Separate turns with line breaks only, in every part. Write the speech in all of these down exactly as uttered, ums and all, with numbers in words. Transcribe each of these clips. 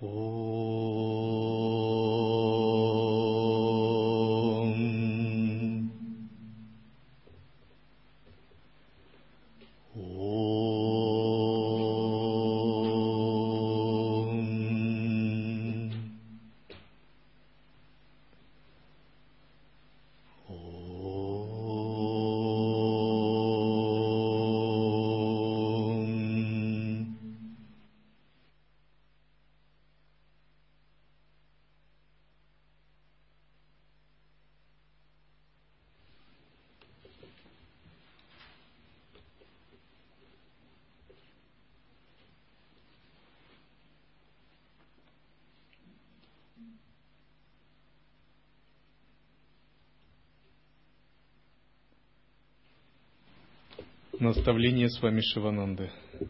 Наставление Свами Шивананды.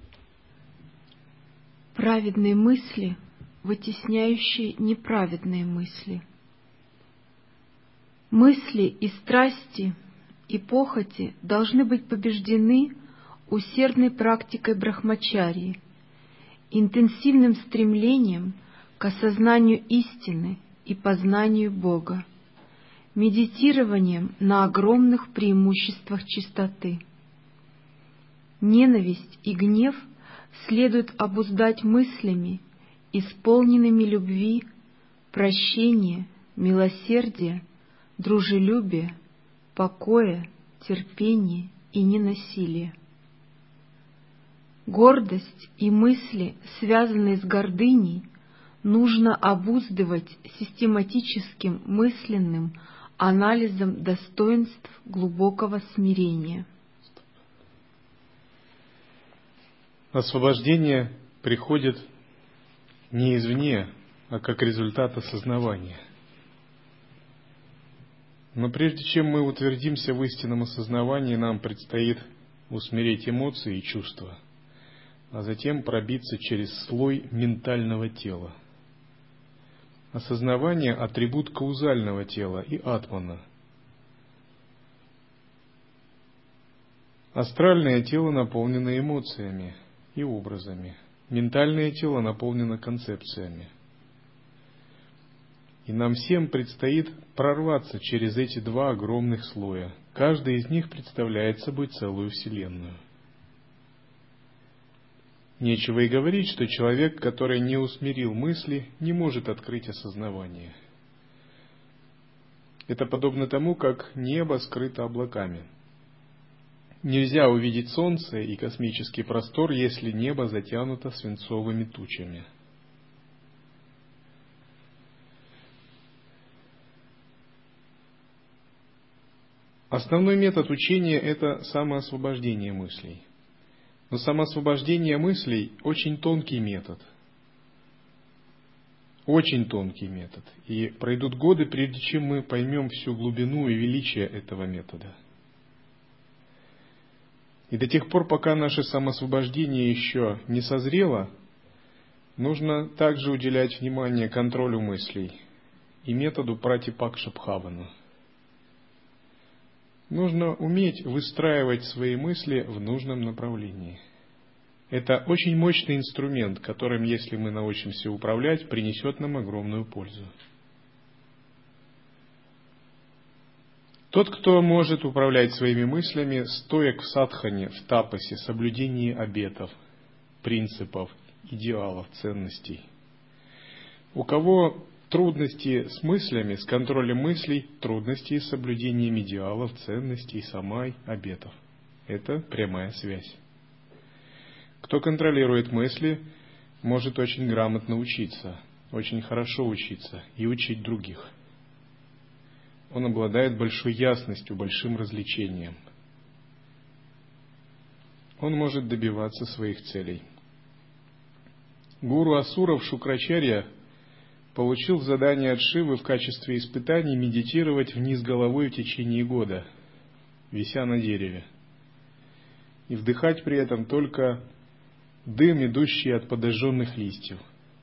Праведные мысли, вытесняющие неправедные мысли. Мысли и страсти и похоти должны быть побеждены усердной практикой брахмачарьи, интенсивным стремлением к осознанию истины и познанию Бога, медитированием на огромных преимуществах чистоты. Ненависть и гнев следует обуздать мыслями, исполненными любви, прощения, милосердия, дружелюбия, покоя, терпения и ненасилия. Гордость и мысли, связанные с гордыней, нужно обуздывать систематическим мысленным анализом достоинств глубокого смирения.
Освобождение приходит не извне, а как результат осознавания. Но прежде чем мы утвердимся в истинном осознавании, нам предстоит усмирить эмоции и чувства, а затем пробиться через слой ментального тела. Осознавание – атрибут каузального тела и атмана. Астральное тело наполнено эмоциями и образами. Ментальное тело наполнено концепциями. И нам всем предстоит прорваться через эти два огромных слоя. Каждый из них представляет собой целую вселенную. Нечего и говорить, что человек, который не усмирил мысли, не может открыть осознавание. Это подобно тому, как небо скрыто облаками. Нельзя увидеть солнце и космический простор, если небо затянуто свинцовыми тучами. Основной метод учения – это самоосвобождение мыслей. Но самоосвобождение мыслей – очень тонкий метод. Очень тонкий метод. И пройдут годы, прежде чем мы поймем всю глубину и величие этого метода. И до тех пор, пока наше самоосвобождение еще не созрело, нужно также уделять внимание контролю мыслей и методу пратипакша-бхавана. Нужно уметь выстраивать свои мысли в нужном направлении. Это очень мощный инструмент, которым, если мы научимся управлять, принесет нам огромную пользу. Тот, кто может управлять своими мыслями, стоя в садхане, в тапасе, соблюдении обетов, принципов, идеалов, ценностей. У кого трудности с мыслями, с контролем мыслей, трудности с соблюдением идеалов, ценностей, самай, обетов. Это прямая связь. Кто контролирует мысли, может очень грамотно учиться, очень хорошо учиться и учить других. Он обладает большой ясностью, большим развлечением. Он может добиваться своих целей. Гуру Асуров Шукрачарья получил задание от Шивы в качестве испытаний медитировать вниз головой в течение года, вися на дереве, и вдыхать при этом только дым, идущий от подожженных листьев.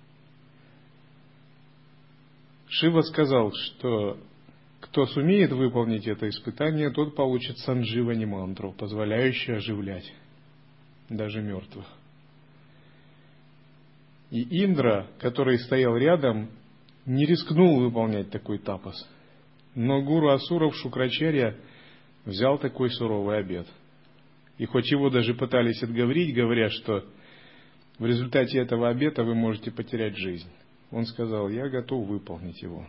Шива сказал, что кто сумеет выполнить это испытание, тот получит сандживани мантру, позволяющую оживлять даже мертвых. И И Индра, который стоял рядом, не рискнул выполнять такой тапас. Но гуру асуров Шукрачарья взял такой суровый обет. И хоть его даже пытались отговорить, говоря, что в результате этого обета вы можете потерять жизнь, он сказал: я готов выполнить его.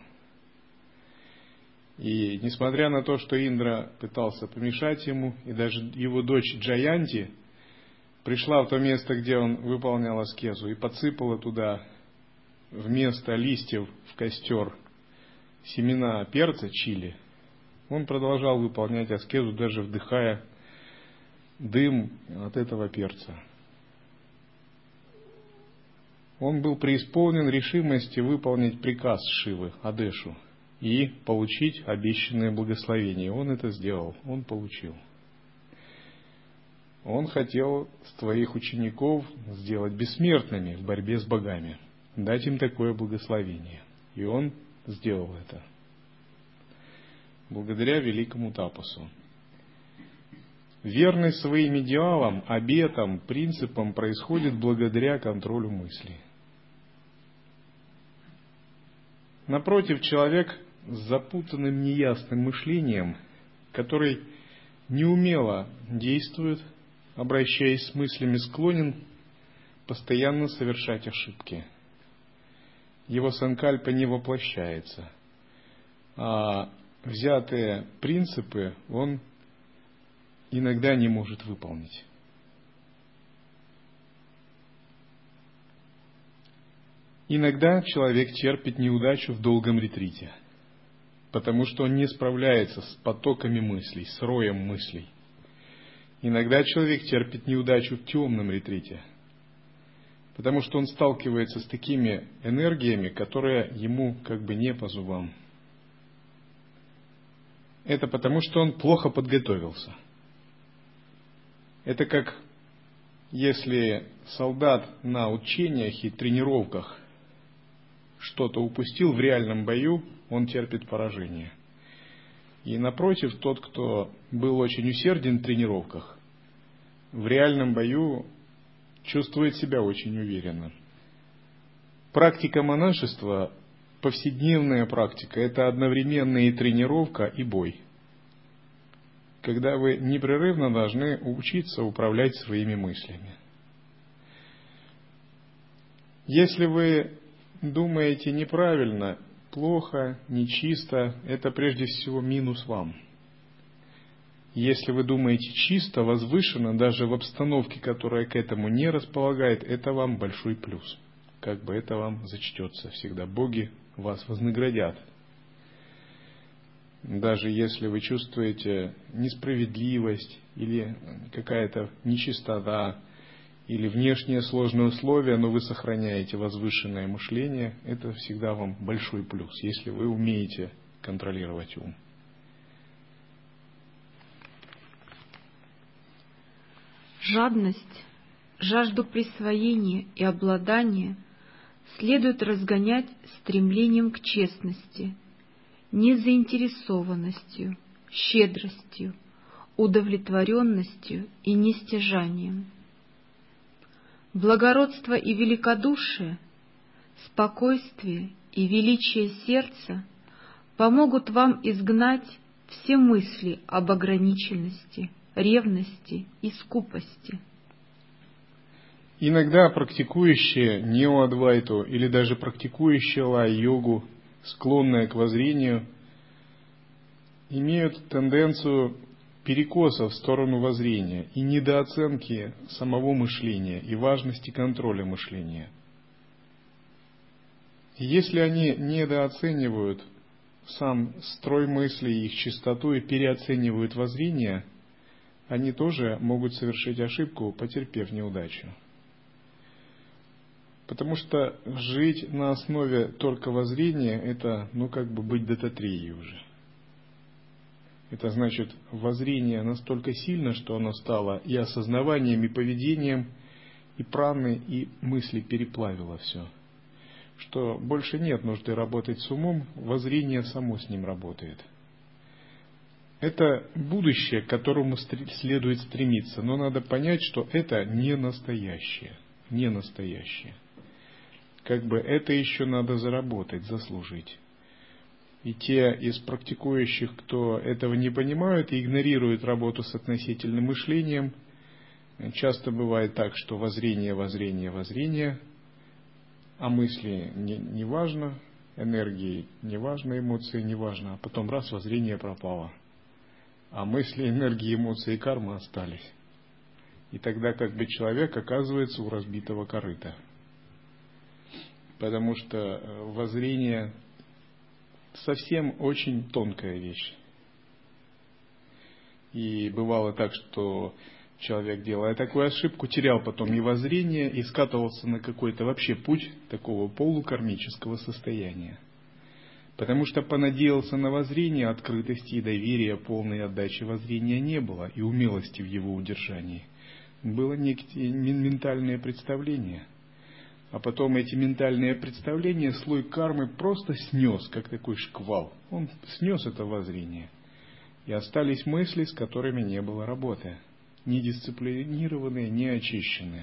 И несмотря на то, что Индра пытался помешать ему, и даже его дочь Джаянти пришла в то место, где он выполнял аскезу, и подсыпала туда вместо листьев в костер семена перца чили, он продолжал выполнять аскезу, даже вдыхая дым от этого перца. Он был преисполнен решимости выполнить приказ Шивы, Адешу, и получить обещанное благословение. Он это сделал, он получил. Он хотел своих учеников сделать бессмертными в борьбе с богами, дать им такое благословение. И он сделал это благодаря великому тапасу. Верность своим идеалам, обетам, принципам происходит благодаря контролю мыслей. Напротив, человек с запутанным, неясным мышлением, который неумело действует, обращаясь с мыслями, склонен постоянно совершать ошибки. Его санкальпа не воплощается, а взятые принципы он иногда не может выполнить. Иногда человек терпит неудачу в долгом ретрите, потому что он не справляется с потоками мыслей, с роем мыслей. Иногда человек терпит неудачу в темном ретрите, потому что он сталкивается с такими энергиями, которые ему как бы не по зубам. Это потому, что он плохо подготовился. Это как если солдат на учениях и тренировках что-то упустил в реальном бою, он терпит поражение. И напротив, тот, кто был очень усерден в тренировках, в реальном бою чувствует себя очень уверенно. Практика монашества, повседневная практика, это одновременно и тренировка, и бой. Когда вы непрерывно должны учиться управлять своими мыслями. Если вы думаете неправильно, плохо, нечисто, это прежде всего минус вам. Если вы думаете чисто, возвышенно, даже в обстановке, которая к этому не располагает, это вам большой плюс. Как бы это вам зачтется всегда. Боги вас вознаградят. Даже если вы чувствуете несправедливость или какая-то нечистота, или внешние сложные условия, но вы сохраняете возвышенное мышление, это всегда вам большой плюс, если вы умеете контролировать ум.
Жадность, жажду присвоения и обладания следует разгонять стремлением к честности, незаинтересованностью, щедростью, удовлетворенностью и нестяжанием. Благородство и великодушие, спокойствие и величие сердца помогут вам изгнать все мысли об ограниченности, ревности и скупости.
Иногда практикующие нео-адвайту или даже практикующие лай-йогу, склонные к воззрению, имеют тенденцию перекоса в сторону воззрения и недооценки самого мышления и важности контроля мышления. И если они недооценивают сам строй мыслей, их чистоту и переоценивают воззрение, они тоже могут совершить ошибку, потерпев неудачу. Потому что жить на основе только воззрения – это, ну, как бы быть дататреей уже. Это значит, воззрение настолько сильно, что оно стало и осознаванием, и поведением, и праной, и мысли переплавило все. Что больше нет нужды работать с умом, воззрение само с ним работает. Это будущее, к которому следует стремиться, но надо понять, что это не настоящее. Не настоящее. как бы это еще надо заработать, заслужить. И те из практикующих, кто этого не понимают и игнорируют работу с относительным мышлением, часто бывает так, что воззрение, воззрение, воззрение, а мысли не, не важно, энергии не важно, эмоции не важно, а потом раз воззрение пропало, а мысли, энергии, эмоции и карма остались. И тогда как бы человек оказывается у разбитого корыта. Потому что воззрение совсем очень тонкая вещь. И бывало так, что человек, делая такую ошибку, терял потом и воззрение, и скатывался на какой-то вообще путь такого полукармического состояния. Потому что понадеялся на воззрение, открытости и доверия, полной отдачи воззрения не было, и умелости в его удержании. Было некие ментальные представления. А потом эти ментальные представления слой кармы просто снес, как такой шквал. Он снес это воззрение. И остались мысли, с которыми не было работы. Не дисциплинированные, не очищенные.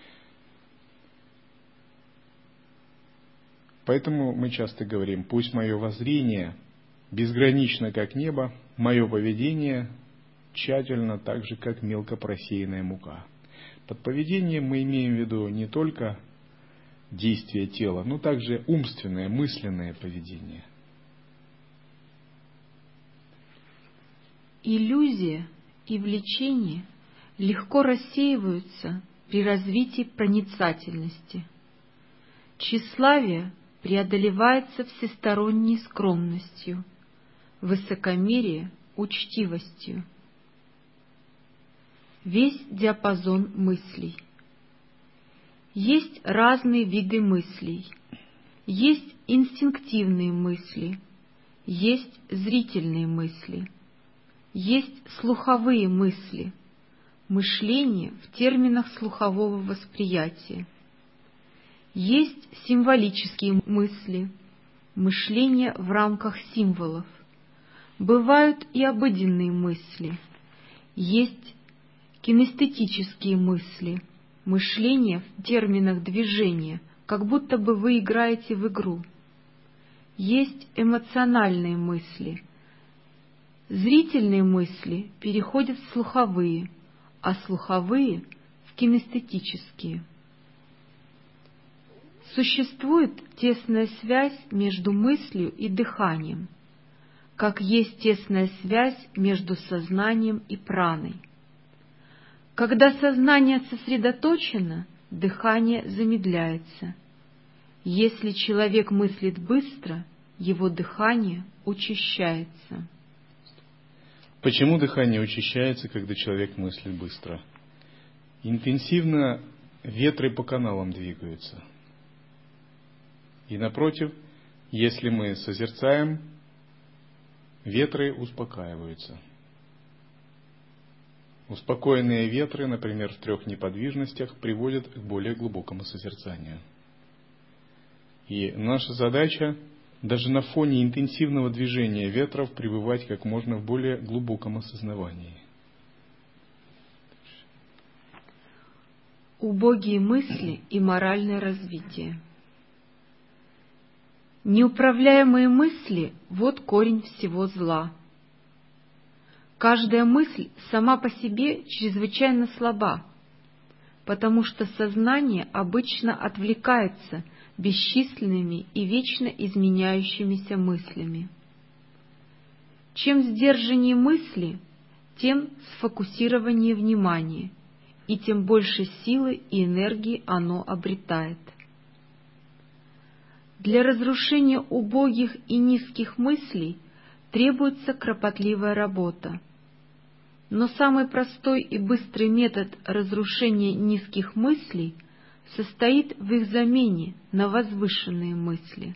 Поэтому мы часто говорим: пусть мое воззрение безгранично, как небо, мое поведение тщательно, так же, как мелко просеянная мука. Под поведением мы имеем в виду не только действие тела, но также умственное, мысленное поведение.
Иллюзия и влечение легко рассеиваются при развитии проницательности. Тщеславие преодолевается всесторонней скромностью, высокомерие — учтивостью. Весь диапазон мыслей. Есть разные виды мыслей. Есть инстинктивные мысли, есть зрительные мысли, есть слуховые мысли, мышление в терминах слухового восприятия. Есть символические мысли, мышление в рамках символов. Бывают и обыденные мысли. Есть кинестетические мысли, мышление в терминах движения, как будто бы вы играете в игру. Есть эмоциональные мысли. Зрительные мысли переходят в слуховые, а слуховые — в кинестетические. Существует тесная связь между мыслью и дыханием, как есть тесная связь между сознанием и праной. Когда сознание сосредоточено, дыхание замедляется. Если человек мыслит быстро, его дыхание учащается.
Почему дыхание учащается, когда человек мыслит быстро? Интенсивно ветры по каналам двигаются. И напротив, если мы созерцаем, ветры успокаиваются. Успокоенные ветры, например, в трех неподвижностях, приводят к более глубокому созерцанию. И наша задача даже на фоне интенсивного движения ветров пребывать как можно в более глубоком осознавании.
Убогие мысли и моральное развитие. Неуправляемые мысли — вот корень всего зла. Каждая мысль сама по себе чрезвычайно слаба, потому что сознание обычно отвлекается бесчисленными и вечно изменяющимися мыслями. Чем сдержаннее мысли, тем сфокусированнее внимание, и тем больше силы и энергии оно обретает. Для разрушения убогих и низких мыслей требуется кропотливая работа. Но самый простой и быстрый метод разрушения низких мыслей состоит в их замене на возвышенные мысли.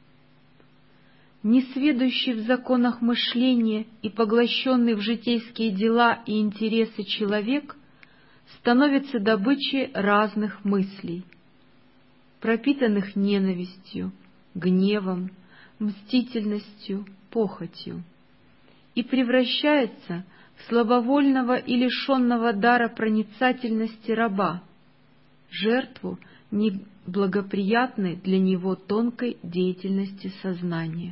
Несведущий в законах мышления и поглощенный в житейские дела и интересы человек становится добычей разных мыслей, пропитанных ненавистью, гневом, мстительностью, похотью, и превращается в слабовольного и лишенного дара проницательности раба, жертву благоприятной для него тонкой деятельности сознания.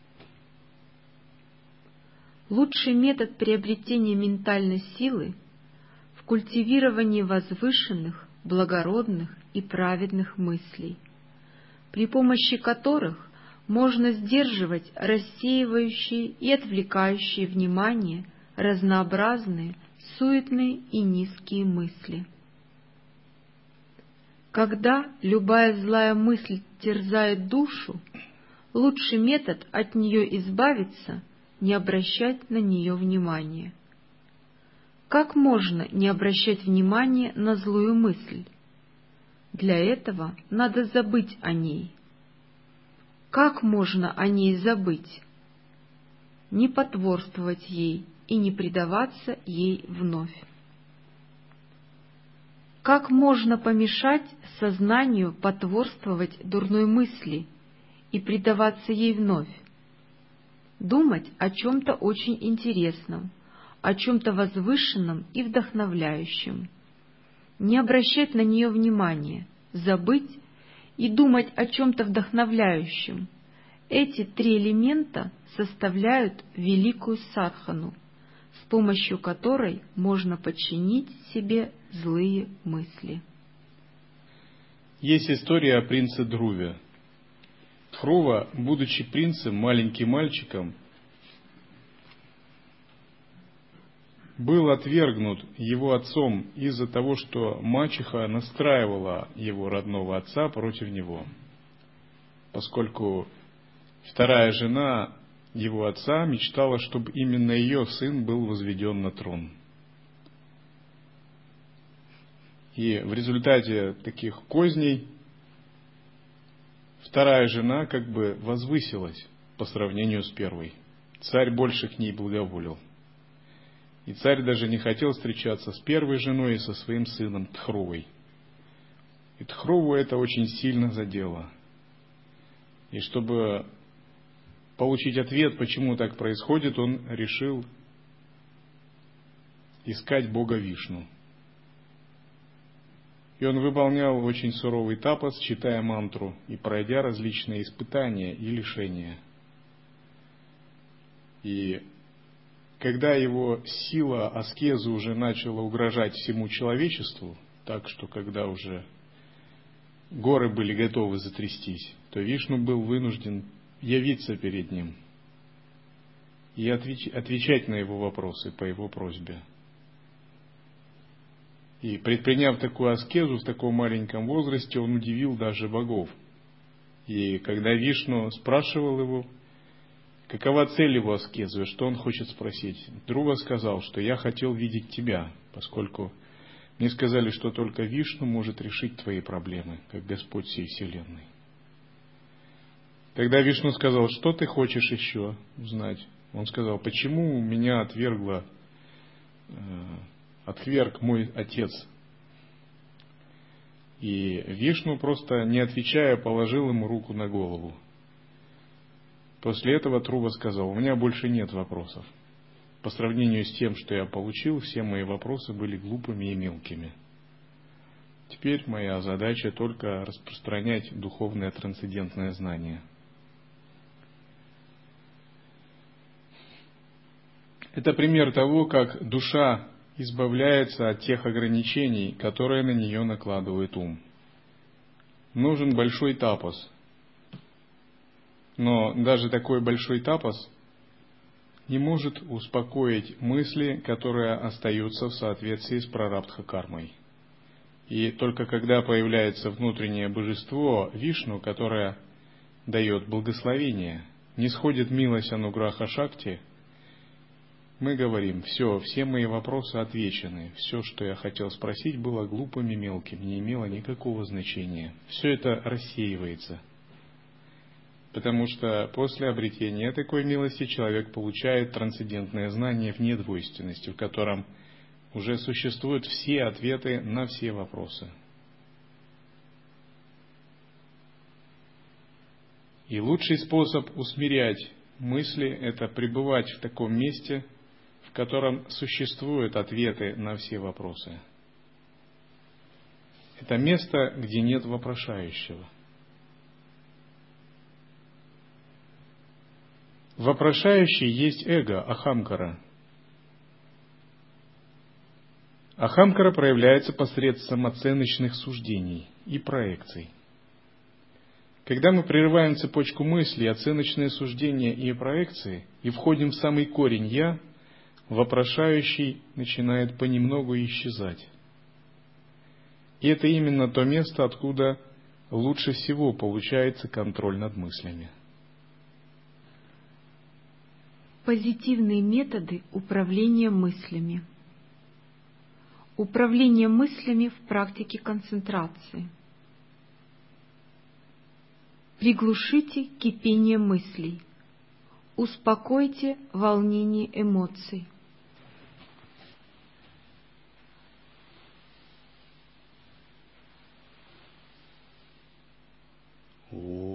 Лучший метод приобретения ментальной силы в культивировании возвышенных, благородных и праведных мыслей, при помощи которых можно сдерживать рассеивающие и отвлекающие внимание разнообразные, суетные и низкие мысли. Когда любая злая мысль терзает душу, лучший метод от нее избавиться — не обращать на нее внимания. Как можно не обращать внимания на злую мысль? Для этого надо забыть о ней. Как можно о ней забыть? Не потворствовать ей и не предаваться ей вновь. Как можно помешать сознанию потворствовать дурной мысли и предаваться ей вновь? Думать о чем-то очень интересном, о чем-то возвышенном и вдохновляющем. Не обращать на нее внимания, забыть и думать о чем-то вдохновляющем. Эти три элемента составляют великую садхану, с помощью которой можно подчинить себе злые мысли.
Есть история о принце Друве. Дхрува, будучи принцем, маленьким мальчиком, был отвергнут его отцом из-за того, что мачеха настраивала его родного отца против него, поскольку вторая жена его отца мечтала, чтобы именно ее сын был возведен на трон. И в результате таких козней вторая жена как бы возвысилась по сравнению с первой. Царь больше к ней благоволил. И царь даже не хотел встречаться с первой женой и со своим сыном Дхрувой. И Дхруву это очень сильно задело. И чтобы получить ответ, почему так происходит, он решил искать Бога Вишну. И он выполнял очень суровый тапас, читая мантру и пройдя различные испытания и лишения. И когда его сила аскезы уже начала угрожать всему человечеству, так что когда уже горы были готовы затрястись, то Вишну был вынужден явиться перед ним и отвечать на его вопросы по его просьбе. И предприняв такую аскезу в таком маленьком возрасте, он удивил даже богов. И когда Вишну спрашивал его, какова цель его аскезы, что он хочет спросить, Друва сказал, что я хотел видеть тебя, поскольку мне сказали, что только Вишну может решить твои проблемы, как Господь всей вселенной. Тогда Вишну сказал, что ты хочешь еще узнать? Он сказал, почему меня отвергла, э, отверг мой отец? И Вишну, просто не отвечая, положил ему руку на голову. После этого Друва сказал, у меня больше нет вопросов. По сравнению с тем, что я получил, все мои вопросы были глупыми и мелкими. Теперь моя задача только распространять духовное трансцендентное знание. Это пример того, как душа избавляется от тех ограничений, которые на нее накладывает ум. Нужен большой тапас. Но даже такой большой тапас не может успокоить мысли, которые остаются в соответствии с прарабдха кармой. И только когда появляется внутреннее божество Вишну, которое дает благословение, нисходит милость Ануграха Шакти, мы говорим, все, все мои вопросы отвечены, все, что я хотел спросить, было глупым и мелким, не имело никакого значения. Все это рассеивается. Потому что после обретения такой милости человек получает трансцендентное знание в недвойственности, в котором уже существуют все ответы на все вопросы. И лучший способ усмирять мысли – это пребывать в таком месте, в котором существуют ответы на все вопросы. Это место, где нет вопрошающего. Вопрошающий есть эго, ахамкара. Ахамкара проявляется посредством оценочных суждений и проекций. Когда мы прерываем цепочку мыслей, оценочные суждения и проекции, и входим в самый корень «я», вопрошающий начинает понемногу исчезать. И это именно то место, откуда лучше всего получается контроль над мыслями.
Позитивные методы управления мыслями. Управление мыслями в практике концентрации. Приглушите кипение мыслей. Успокойте волнение эмоций.
О